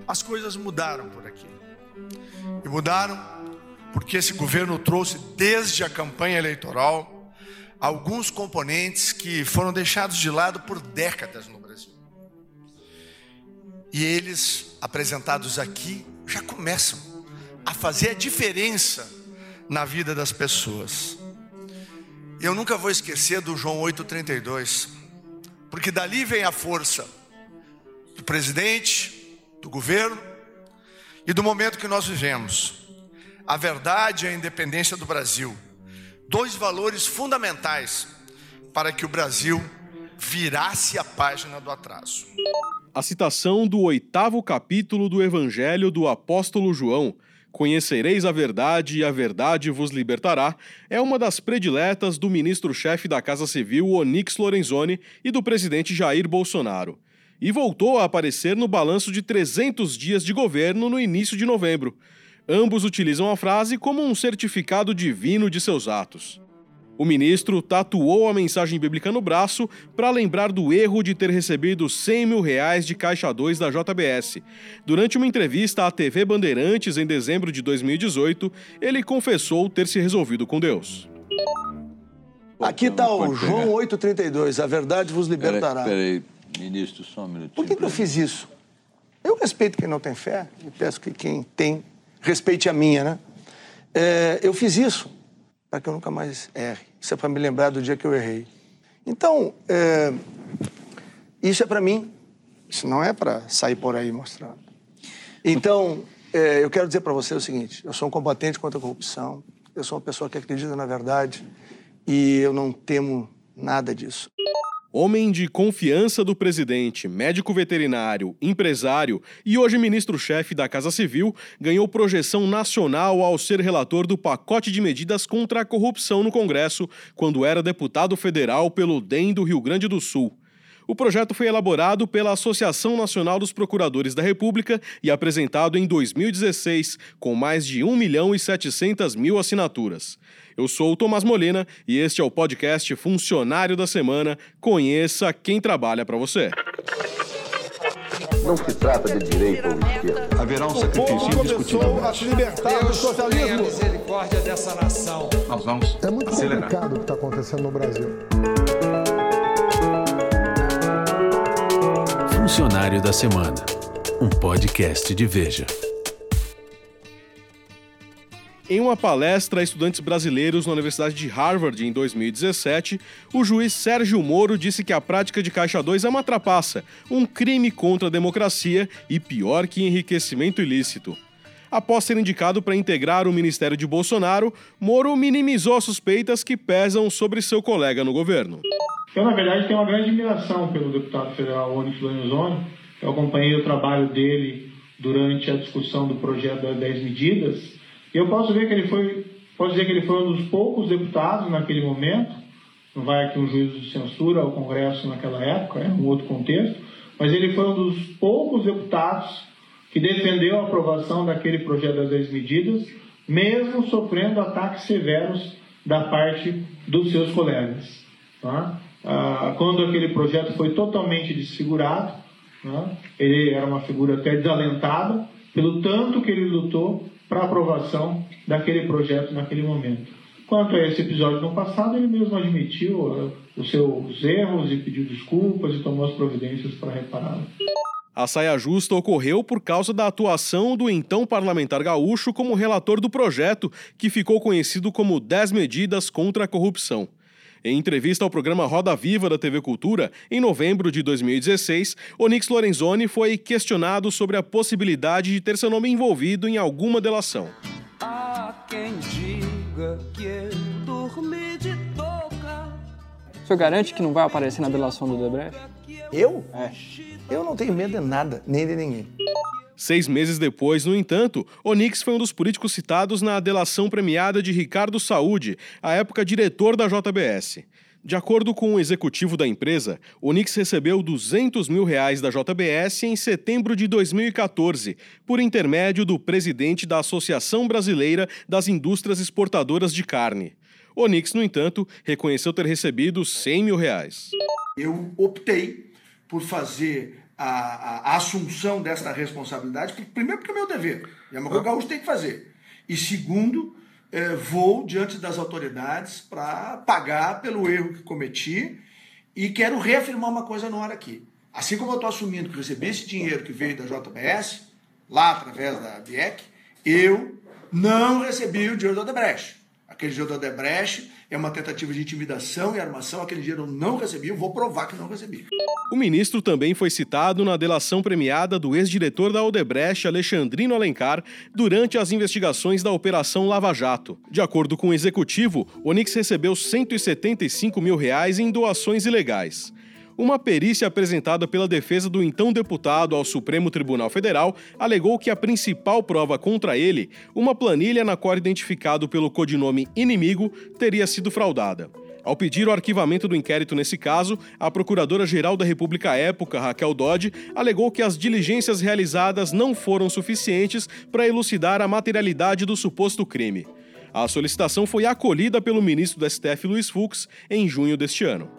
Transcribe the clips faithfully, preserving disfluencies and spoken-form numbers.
as coisas mudaram por aqui. E mudaram porque esse governo trouxe desde a campanha eleitoral alguns componentes que foram deixados de lado por décadas no Brasil. E eles, apresentados aqui, já começam a fazer a diferença na vida das pessoas. Eu nunca vou esquecer do João oito trinta e dois, porque dali vem a força do presidente, do governo e do momento que nós vivemos. A verdade e a independência do Brasil, dois valores fundamentais para que o Brasil virasse a página do atraso. A citação do oitavo capítulo do Evangelho do Apóstolo João, "Conhecereis a verdade e a verdade vos libertará", é uma das prediletas do ministro-chefe da Casa Civil, Onyx Lorenzoni, e do presidente Jair Bolsonaro. E voltou a aparecer no balanço de trezentos dias de governo no início de novembro. Ambos utilizam a frase como um certificado divino de seus atos. O ministro tatuou a mensagem bíblica no braço para lembrar do erro de ter recebido cem mil reais de Caixa dois da J B S. Durante uma entrevista à T V Bandeirantes em dezembro de dois mil e dezoito, ele confessou ter se resolvido com Deus. Aqui está o João oito trinta e dois, a verdade vos libertará. Peraí, ministro, só um minutinho. Por que, que eu fiz isso? Eu respeito quem não tem fé e peço que quem tem respeite a minha, né? É, eu fiz isso para que eu nunca mais erre. Isso é para me lembrar do dia que eu errei. Então, é, isso é para mim. Isso não é para sair por aí mostrando. Então, é, eu quero dizer para você o seguinte: eu sou um combatente contra a corrupção, eu sou uma pessoa que acredita na verdade e eu não temo nada disso. Homem de confiança do presidente, médico veterinário, empresário e hoje ministro-chefe da Casa Civil, ganhou projeção nacional ao ser relator do pacote de medidas contra a corrupção no Congresso, quando era deputado federal pelo D E M do Rio Grande do Sul. O projeto foi elaborado pela Associação Nacional dos Procuradores da República e apresentado em dois mil e dezesseis, com mais de um milhão e setecentas mil assinaturas. Eu sou o Tomás Molina e este é o podcast Funcionário da Semana. Conheça quem trabalha para você. Não se trata de direita ou esquerda. Haverá um sacrifício indiscutível. Começou a se libertar do socialismo. Tenha misericórdia dessa nação. Nós vamos É muito acelerar. complicado o que está acontecendo no Brasil. Funcionário da Semana, um podcast de Veja. Em uma palestra a estudantes brasileiros na Universidade de Harvard em dois mil e dezessete, o juiz Sérgio Moro disse que a prática de Caixa dois é uma trapaça, um crime contra a democracia e pior que enriquecimento ilícito. Após ser indicado para integrar o ministério de Bolsonaro, Moro minimizou as suspeitas que pesam sobre seu colega no governo. Eu, na verdade, tenho uma grande admiração pelo deputado federal Onyx Lorenzoni. Eu acompanhei o trabalho dele durante a discussão do projeto das dez medidas. E eu posso ver que ele foi, posso dizer que ele foi um dos poucos deputados naquele momento. Não vai aqui um juízo de censura ao Congresso naquela época, é um outro contexto. Mas ele foi um dos poucos deputados que defendeu a aprovação daquele projeto das dez medidas, mesmo sofrendo ataques severos da parte dos seus colegas. Tá? Ah, quando aquele projeto foi totalmente desfigurado, né, ele era uma figura até desalentada, pelo tanto que ele lutou para a aprovação daquele projeto naquele momento. Quanto a esse episódio no passado, ele mesmo admitiu uh, os seus erros e pediu desculpas e tomou as providências para repará-los. A saia justa ocorreu por causa da atuação do então parlamentar gaúcho como relator do projeto, que ficou conhecido como dez medidas contra a corrupção. Em entrevista ao programa Roda Viva da T V Cultura, em novembro de dois mil e dezesseis, Onyx Lorenzoni foi questionado sobre a possibilidade de ter seu nome envolvido em alguma delação. Há quem diga que eu dormi de touca. O senhor garante que não vai aparecer na delação do Odebrecht? Eu? É. Eu não tenho medo de nada, nem de ninguém. Seis meses depois, no entanto, Onyx foi um dos políticos citados na delação premiada de Ricardo Saúde, à época diretor da J B S. De acordo com o executivo da empresa, Onyx recebeu duzentos mil reais da J B S em setembro de dois mil e quatorze, por intermédio do presidente da Associação Brasileira das Indústrias Exportadoras de Carne. Onyx, no entanto, reconheceu ter recebido cem mil reais. Eu optei por fazer a, a, a assunção dessa responsabilidade, primeiro porque é meu dever, é uma coisa que o gaúcho tem que fazer. E segundo, é, vou diante das autoridades para pagar pelo erro que cometi e quero reafirmar uma coisa na hora aqui. Assim como eu estou assumindo que recebi esse dinheiro que veio da J B S, lá através da B I E C, eu não recebi o dinheiro da Odebrecht. Aquele dinheiro da Odebrecht é uma tentativa de intimidação e armação, aquele dinheiro eu não recebi, eu vou provar que não recebi. O ministro também foi citado na delação premiada do ex-diretor da Odebrecht, Alexandrino Alencar, durante as investigações da Operação Lava Jato. De acordo com o executivo, Onyx recebeu cento e setenta e cinco mil reais em doações ilegais. Uma perícia apresentada pela defesa do então deputado ao Supremo Tribunal Federal alegou que a principal prova contra ele, uma planilha na qual identificado pelo codinome Inimigo, teria sido fraudada. Ao pedir o arquivamento do inquérito nesse caso, a Procuradora-Geral da República à época, Raquel Dodge, alegou que as diligências realizadas não foram suficientes para elucidar a materialidade do suposto crime. A solicitação foi acolhida pelo ministro do S T F, Luiz Fux, em junho deste ano.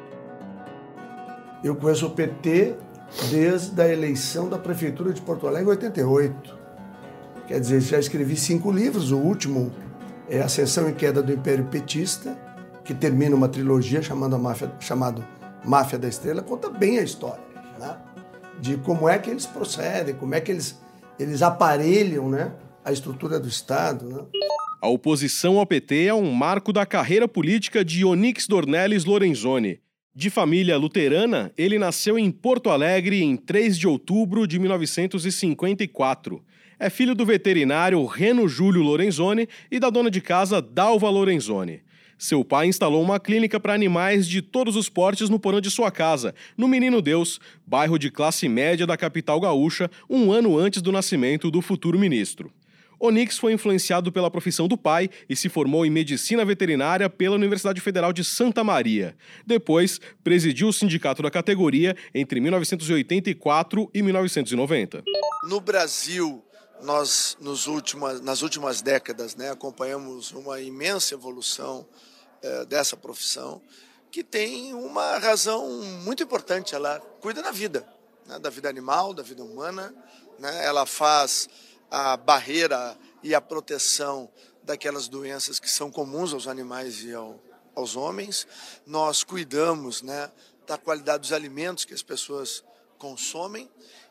Eu conheço o P T desde a eleição da Prefeitura de Porto Alegre em oitenta e oito. Quer dizer, já escrevi cinco livros, o último é Ascensão e Queda do Império Petista, que termina uma trilogia chamada Máfia, chamado Máfia da Estrela, conta bem a história, né? De como é que eles procedem, como é que eles, eles aparelham, né, a estrutura do Estado, né? A oposição ao P T é um marco da carreira política de Onyx Dornelles Lorenzoni. De família luterana, ele nasceu em Porto Alegre em três de outubro de mil novecentos e cinquenta e quatro. É filho do veterinário Reno Júlio Lorenzoni e da dona de casa Dalva Lorenzoni. Seu pai instalou uma clínica para animais de todos os portes no porão de sua casa, no Menino Deus, bairro de classe média da capital gaúcha, um ano antes do nascimento do futuro ministro. Onyx foi influenciado pela profissão do pai e se formou em medicina veterinária pela Universidade Federal de Santa Maria. Depois, presidiu o sindicato da categoria entre mil novecentos e oitenta e quatro e mil novecentos e noventa. No Brasil, nós nos últimas, nas últimas décadas, né, acompanhamos uma imensa evolução eh, dessa profissão, que tem uma razão muito importante. Ela cuida da vida, né, da vida animal, da vida humana, né, ela faz a barreira e a proteção daquelas doenças que são comuns aos animais e ao, aos homens. Nós cuidamos, né, da qualidade dos alimentos que as pessoas consomem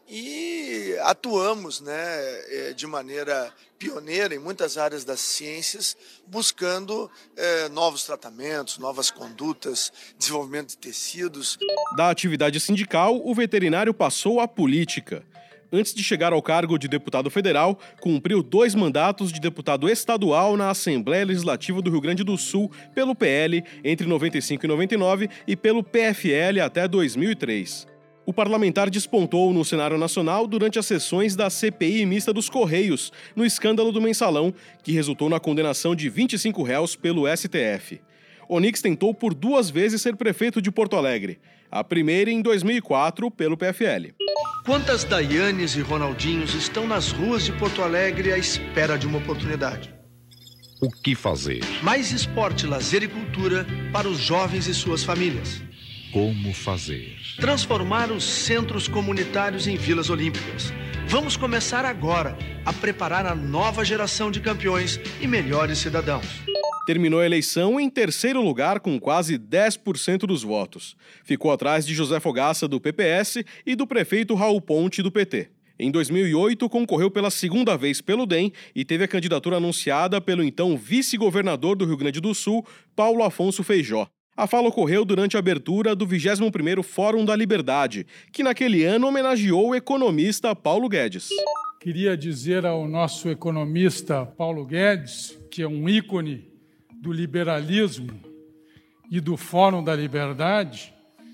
e atuamos, né, de maneira pioneira em muitas áreas das ciências, buscando eh, novos tratamentos, novas condutas, desenvolvimento de tecidos. Da atividade sindical, o veterinário passou à política. Antes de chegar ao cargo de deputado federal, cumpriu dois mandatos de deputado estadual na Assembleia Legislativa do Rio Grande do Sul pelo P L entre noventa e cinco e noventa e nove e pelo P F L até dois mil e três. O parlamentar despontou no cenário nacional durante as sessões da C P I mista dos Correios, no escândalo do Mensalão, que resultou na condenação de vinte e cinco réus pelo S T F. Onyx tentou por duas vezes ser prefeito de Porto Alegre. A primeira em dois mil e quatro pelo P F L. Quantas Daianes e Ronaldinhos estão nas ruas de Porto Alegre à espera de uma oportunidade? O que fazer? Mais esporte, lazer e cultura para os jovens e suas famílias. Como fazer? Transformar os centros comunitários em vilas olímpicas. Vamos começar agora a preparar a nova geração de campeões e melhores cidadãos. Terminou a eleição em terceiro lugar com quase dez por cento dos votos. Ficou atrás de José Fogaça, do P P S, e do prefeito Raul Ponte, do P T. Em dois mil e oito, concorreu pela segunda vez pelo D E M e teve a candidatura anunciada pelo então vice-governador do Rio Grande do Sul, Paulo Afonso Feijó. A fala ocorreu durante a abertura do vigésimo primeiro Fórum da Liberdade, que naquele ano homenageou o economista Paulo Guedes. Queria dizer ao nosso economista Paulo Guedes, que é um ícone do liberalismo e do Fórum da Liberdade,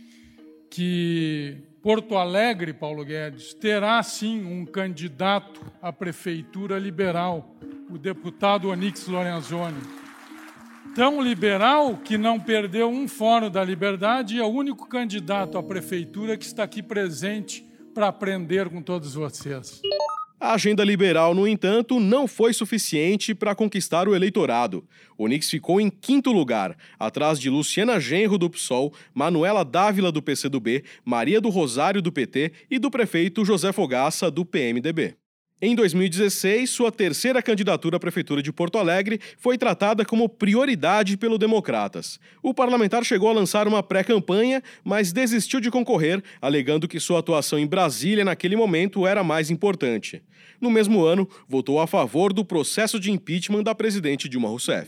que Porto Alegre, Paulo Guedes, terá sim um candidato à prefeitura liberal, o deputado Onyx Lorenzoni. Tão liberal que não perdeu um Fórum da Liberdade e é o único candidato à prefeitura que está aqui presente para aprender com todos vocês. A agenda liberal, no entanto, não foi suficiente para conquistar o eleitorado. Onyx ficou em quinto lugar, atrás de Luciana Genro, do P SOL, Manuela Dávila, do P C do B, Maria do Rosário, do P T e do prefeito José Fogaça, do P M D B. Em dois mil e dezesseis, sua terceira candidatura à Prefeitura de Porto Alegre foi tratada como prioridade pelo Democratas. O parlamentar chegou a lançar uma pré-campanha, mas desistiu de concorrer, alegando que sua atuação em Brasília naquele momento era mais importante. No mesmo ano, votou a favor do processo de impeachment da presidente Dilma Rousseff.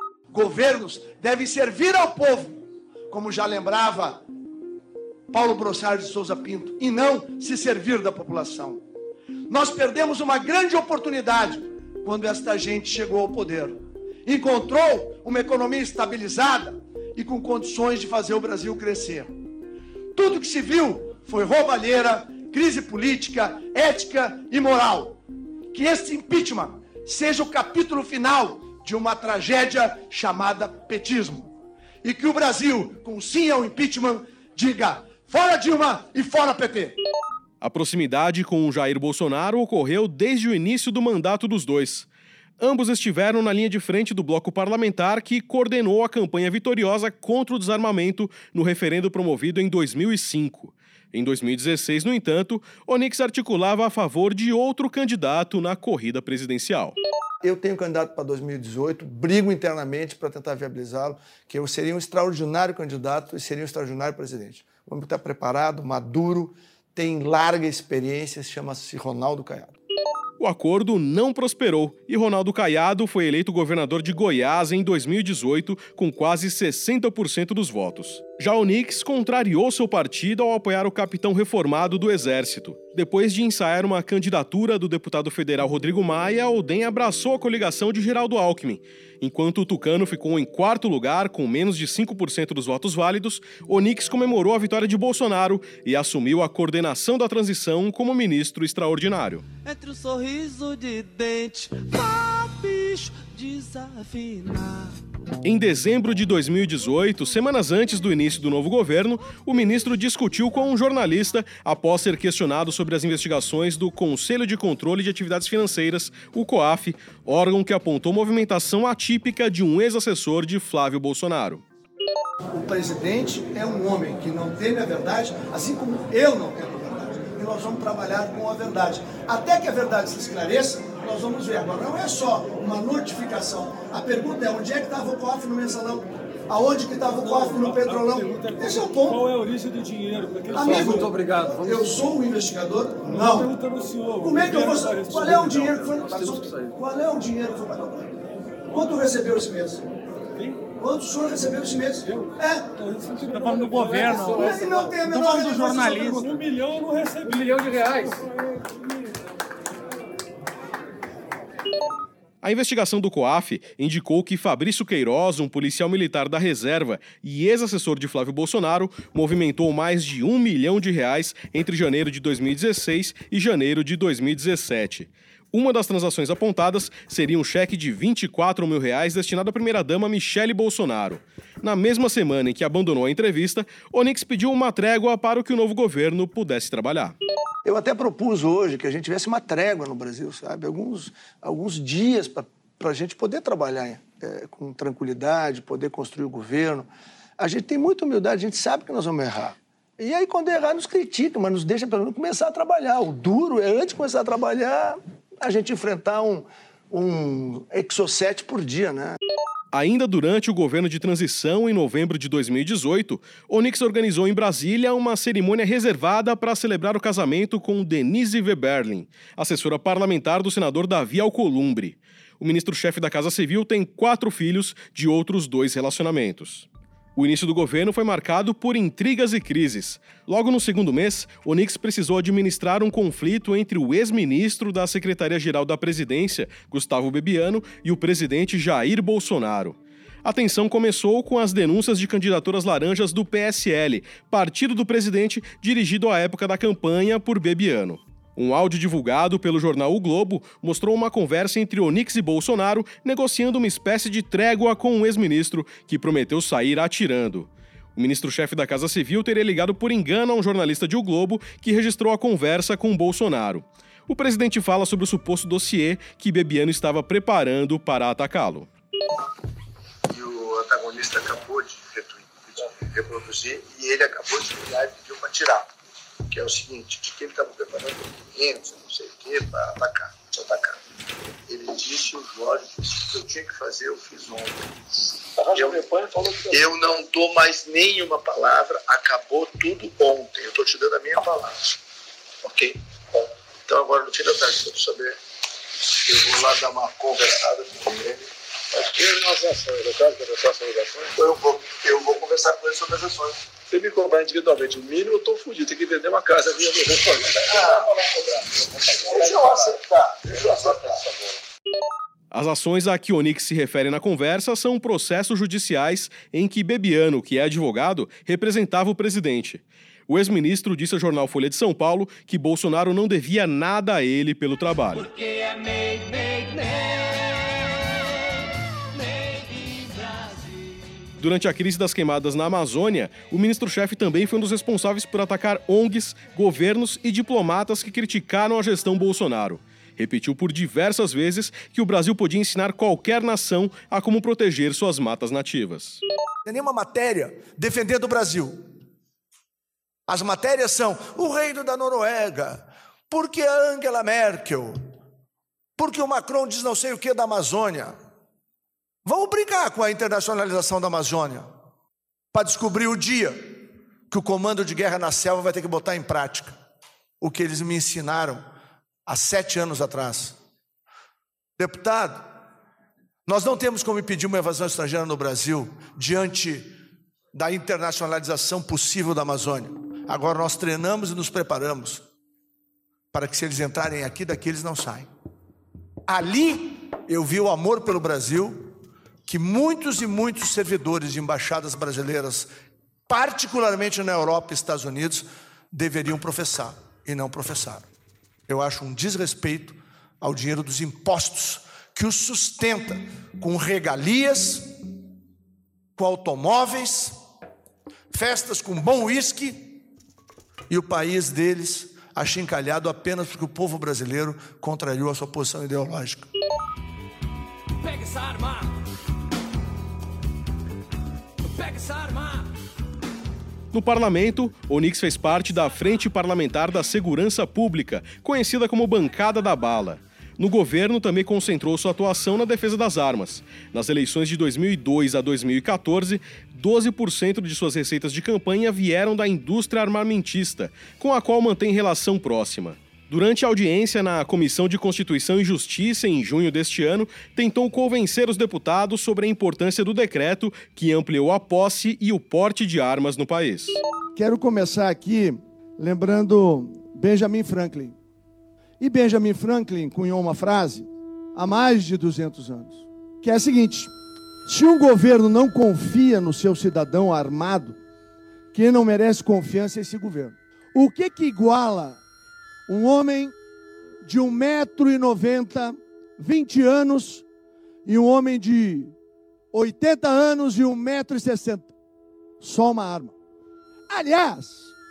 Governos devem servir ao povo, como já lembrava Paulo Brossard de Souza Pinto, e não se servir da população. Nós perdemos uma grande oportunidade quando esta gente chegou ao poder. Encontrou uma economia estabilizada e com condições de fazer o Brasil crescer. Tudo que se viu foi roubalheira, crise política, ética e moral. Que este impeachment seja o capítulo final de uma tragédia chamada petismo. E que o Brasil, com sim ao impeachment, diga fora Dilma e fora P T. A proximidade com o Jair Bolsonaro ocorreu desde o início do mandato dos dois. Ambos estiveram na linha de frente do bloco parlamentar que coordenou a campanha vitoriosa contra o desarmamento no referendo promovido em dois mil e cinco. Em dois mil e dezesseis, no entanto, Onyx articulava a favor de outro candidato na corrida presidencial. Eu tenho candidato para dois mil e dezoito, brigo internamente para tentar viabilizá-lo, que eu seria um extraordinário candidato e seria um extraordinário presidente. O homem está preparado, maduro, tem larga experiência, chama-se Ronaldo Caiado. O acordo não prosperou e Ronaldo Caiado foi eleito governador de Goiás em dois mil e dezoito com quase sessenta por cento dos votos. Já Onyx contrariou seu partido ao apoiar o capitão reformado do Exército. Depois de ensaiar uma candidatura do deputado federal Rodrigo Maia, o D E M abraçou a coligação de Geraldo Alckmin. Enquanto o tucano ficou em quarto lugar, com menos de cinco por cento dos votos válidos, Onyx comemorou a vitória de Bolsonaro e assumiu a coordenação da transição como ministro extraordinário. Entre o sorriso de dente, lápis desafinado. Em dezembro de dois mil e dezoito, semanas antes do início do novo governo, o ministro discutiu com um jornalista após ser questionado sobre as investigações do Conselho de Controle de Atividades Financeiras, o COAF, órgão que apontou movimentação atípica de um ex-assessor de Flávio Bolsonaro. O presidente é um homem que não teme a verdade, assim como eu não temo a verdade. E nós vamos trabalhar com a verdade. Até que a verdade se esclareça, nós vamos ver. Agora, não é só uma notificação. A pergunta é, onde é que estava o cofre no mensalão? Aonde que estava o cofre no petrolão? Esse é o ponto. Qual é a origem do dinheiro? Amigo, muito obrigado. Vamos... eu sou um investigador? Não. Como é que eu vou saber? Qual é o dinheiro que foi para Qual é o dinheiro que foi para Quanto recebeu esse mês? Quanto o senhor recebeu esse mês? Eu? É. Está falando do governo. Não, não tem a menor falando do jornalista. Um milhão eu não recebi. Um milhão de reais. A investigação do COAF indicou que Fabrício Queiroz, um policial militar da reserva e ex-assessor de Flávio Bolsonaro, movimentou mais de um milhão de reais entre janeiro de dois mil e dezesseis e janeiro de dois mil e dezessete. Uma das transações apontadas seria um cheque de vinte e quatro mil reais destinado à primeira-dama Michele Bolsonaro. Na mesma semana em que abandonou a entrevista, Onyx pediu uma trégua para que o novo governo pudesse trabalhar. Eu até propus hoje que a gente tivesse uma trégua no Brasil, sabe? Alguns, alguns dias para a gente poder trabalhar é, com tranquilidade, poder construir o governo. A gente tem muita humildade, a gente sabe que nós vamos errar. E aí, quando errar, nos critica, mas nos deixa pelo menos começar a trabalhar. O duro é, antes de começar a trabalhar, a gente enfrentar um, um exocete por dia, né? Ainda durante o governo de transição, em novembro de dois mil e dezoito, Onyx organizou em Brasília uma cerimônia reservada para celebrar o casamento com Denise Weberlin, assessora parlamentar do senador Davi Alcolumbre. O ministro-chefe da Casa Civil tem quatro filhos de outros dois relacionamentos. O início do governo foi marcado por intrigas e crises. Logo no segundo mês, Onyx precisou administrar um conflito entre o ex-ministro da Secretaria-Geral da Presidência, Gustavo Bebiano, e o presidente Jair Bolsonaro. A tensão começou com as denúncias de candidaturas laranjas do P S L, partido do presidente dirigido à época da campanha por Bebiano. Um áudio divulgado pelo jornal O Globo mostrou uma conversa entre Onyx e Bolsonaro negociando uma espécie de trégua com um ex-ministro que prometeu sair atirando. O ministro-chefe da Casa Civil teria ligado por engano a um jornalista de O Globo que registrou a conversa com Bolsonaro. O presidente fala sobre o suposto dossiê que Bebiano estava preparando para atacá-lo. E o antagonista acabou de reproduzir e ele acabou de ligar e pediu para tirar. Que é o seguinte, de que ele estava preparando documentos, não sei o que, para atacar, para atacar. Ele disse, o Jorge disse que eu tinha que fazer, eu fiz ontem. Eu, eu não dou mais nenhuma palavra, acabou tudo ontem. Eu estou te dando a minha palavra. Ok? Bom, então agora no fim da tarde, para saber, eu vou lá dar uma conversada com ele. Mas que as ações, eu quero conversar sobre as ações? Eu vou, eu vou conversar com ele sobre as ações. Se ele me cobrar individualmente o mínimo, eu estou fudido. Tem que vender uma casa minha. Ah, deixa eu acertar. Deixa eu acertar. As ações a que Onyx se refere na conversa são processos judiciais em que Bebiano, que é advogado, representava o presidente. O ex-ministro disse ao jornal Folha de São Paulo que Bolsonaro não devia nada a ele pelo trabalho. Porque é made, made, made. Durante a crise das queimadas na Amazônia, o ministro-chefe também foi um dos responsáveis por atacar O N Gs, governos e diplomatas que criticaram a gestão Bolsonaro. Repetiu por diversas vezes que o Brasil podia ensinar qualquer nação a como proteger suas matas nativas. Não tem nenhuma matéria defendendo o Brasil. As matérias são o reino da Noruega, porque a Angela Merkel, porque o Macron diz não sei o que da Amazônia. Vamos brincar com a internacionalização da Amazônia para descobrir o dia que o comando de guerra na selva vai ter que botar em prática o que eles me ensinaram há sete anos atrás. Deputado, nós não temos como impedir uma invasão estrangeira no Brasil diante da internacionalização possível da Amazônia. Agora nós treinamos e nos preparamos para que se eles entrarem aqui, daqui eles não saem. Ali eu vi o amor pelo Brasil que muitos e muitos servidores de embaixadas brasileiras, particularmente na Europa e Estados Unidos, deveriam professar e não professaram. Eu acho um desrespeito ao dinheiro dos impostos que os sustenta com regalias, com automóveis, festas com bom uísque e o país deles achincalhado apenas porque o povo brasileiro contrariou a sua posição ideológica. Pega essa arma! Pega essa arma! No parlamento, Onyx fez parte da Frente Parlamentar da Segurança Pública, conhecida como Bancada da Bala. No governo, também concentrou sua atuação na defesa das armas. Nas eleições de dois mil e dois a dois mil e quatorze, doze por cento de suas receitas de campanha vieram da indústria armamentista, com a qual mantém relação próxima. Durante a audiência na Comissão de Constituição e Justiça, em junho deste ano, tentou convencer os deputados sobre a importância do decreto que ampliou a posse e o porte de armas no país. Quero começar aqui lembrando Benjamin Franklin. E Benjamin Franklin cunhou uma frase há mais de duzentos anos, que é a seguinte: se um governo não confia no seu cidadão armado, quem não merece confiança é esse governo. O que que iguala um homem de um metro e noventa, vinte anos, e um homem de oitenta anos e um metro e sessenta? Só uma arma. Aliás,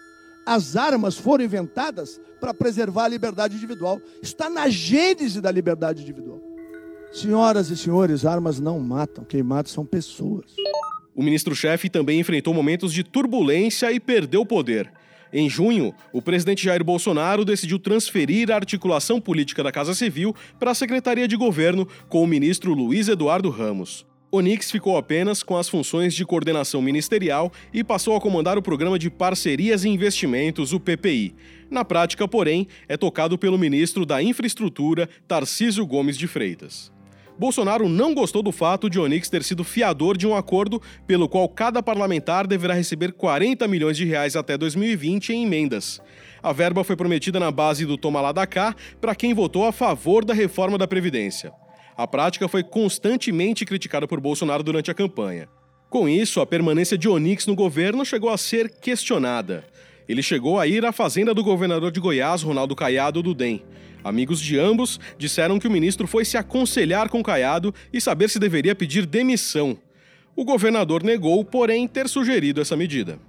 as armas foram inventadas para preservar a liberdade individual. Está na gênese da liberdade individual. Senhoras e senhores, armas não matam, quem mata são pessoas. O ministro-chefe também enfrentou momentos de turbulência e perdeu o poder. Em junho, o presidente Jair Bolsonaro decidiu transferir a articulação política da Casa Civil para a Secretaria de Governo com o ministro Luiz Eduardo Ramos. Onyx ficou apenas com as funções de coordenação ministerial e passou a comandar o Programa de Parcerias e Investimentos, o P P I. Na prática, porém, é tocado pelo ministro da Infraestrutura, Tarcísio Gomes de Freitas. Bolsonaro não gostou do fato de Onyx ter sido fiador de um acordo pelo qual cada parlamentar deverá receber quarenta milhões de reais até dois mil e vinte em emendas. A verba foi prometida na base do toma lá da cá para quem votou a favor da reforma da Previdência. A prática foi constantemente criticada por Bolsonaro durante a campanha. Com isso, a permanência de Onyx no governo chegou a ser questionada. Ele chegou a ir à fazenda do governador de Goiás, Ronaldo Caiado, do D E M. Amigos de ambos disseram que o ministro foi se aconselhar com Caiado e saber se deveria pedir demissão. O governador negou, porém, ter sugerido essa medida.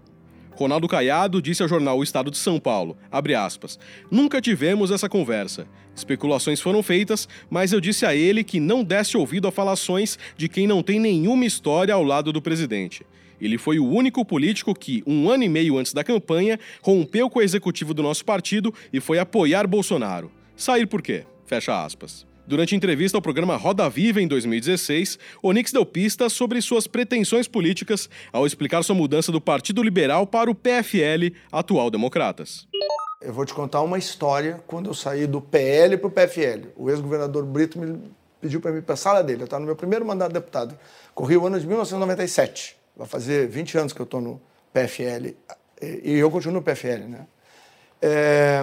Ronaldo Caiado disse ao jornal O Estado de São Paulo, abre aspas, nunca tivemos essa conversa. Especulações foram feitas, mas eu disse a ele que não desse ouvido a falações de quem não tem nenhuma história ao lado do presidente. Ele foi o único político que, um ano e meio antes da campanha, rompeu com o executivo do nosso partido e foi apoiar Bolsonaro. Sair por quê? Fecha aspas. Durante entrevista ao programa Roda Viva em dois mil e dezesseis, Onyx deu pistas sobre suas pretensões políticas ao explicar sua mudança do Partido Liberal para o P F L, atual Democratas. Eu vou te contar uma história quando eu saí do P L para o P F L. O ex-governador Brito me pediu para ir para a sala dele. Eu estava no meu primeiro mandato de deputado. Corri o ano de mil novecentos e noventa e sete. Vai fazer vinte anos que eu estou no P F L. E eu continuo no P F L, né? É...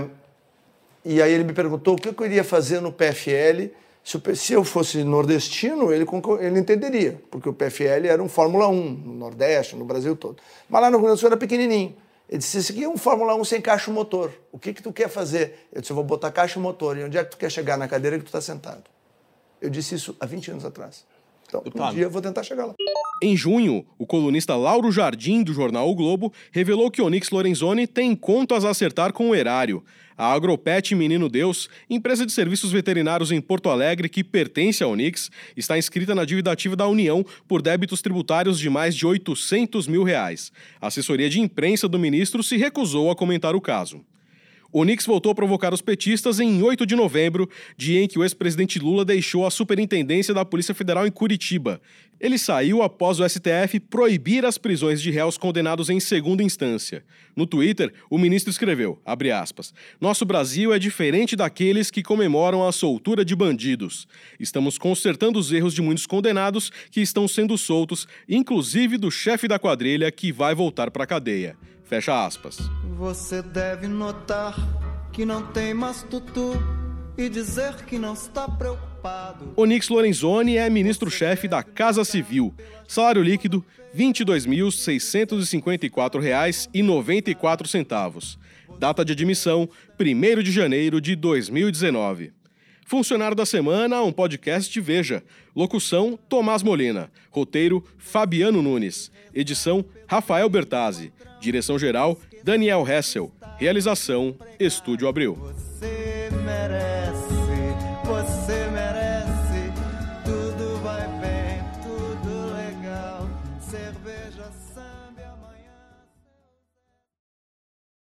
E aí ele me perguntou o que eu iria fazer no P F L. Se eu fosse nordestino, ele, ele entenderia, porque o P F L era um Fórmula um no Nordeste, no Brasil todo. Mas lá no Rio Grande do Sul era pequenininho. Ele disse, isso aqui é um Fórmula um sem caixa motor. O que que tu quer fazer? Eu disse, eu vou botar caixa motor. E onde é que tu quer chegar? Na cadeira que tu está sentado. Eu disse isso há vinte anos atrás. Então, um dia eu vou tentar chegar lá. Em junho, o colunista Lauro Jardim, do jornal O Globo, revelou que Onyx Lorenzoni tem contas a acertar com o erário. A Agropet Menino Deus, empresa de serviços veterinários em Porto Alegre que pertence à Onyx, está inscrita na dívida ativa da União por débitos tributários de mais de oitocentos mil reais. A assessoria de imprensa do ministro se recusou a comentar o caso. Onyx voltou a provocar os petistas em oito de novembro, dia em que o ex-presidente Lula deixou a superintendência da Polícia Federal em Curitiba. Ele saiu após o S T F proibir as prisões de réus condenados em segunda instância. No Twitter, o ministro escreveu, abre aspas, nosso Brasil é diferente daqueles que comemoram a soltura de bandidos. Estamos consertando os erros de muitos condenados que estão sendo soltos, inclusive do chefe da quadrilha que vai voltar para a cadeia. Fecha aspas. Você deve notar que não tem mais tutu e dizer que não está preocupado. Onyx Lorenzoni é ministro-chefe da Casa Civil. Salário líquido, vinte e dois mil seiscentos e cinquenta e quatro reais e noventa e quatro centavos. Data de admissão, primeiro de janeiro de dois mil e dezenove. Funcionário da Semana, um podcast Veja. Locução, Tomás Molina. Roteiro, Fabiano Nunes. Edição, Rafael Bertazzi. Direção-geral, Daniel Hessel. Realização, Estúdio Abril. Você merece.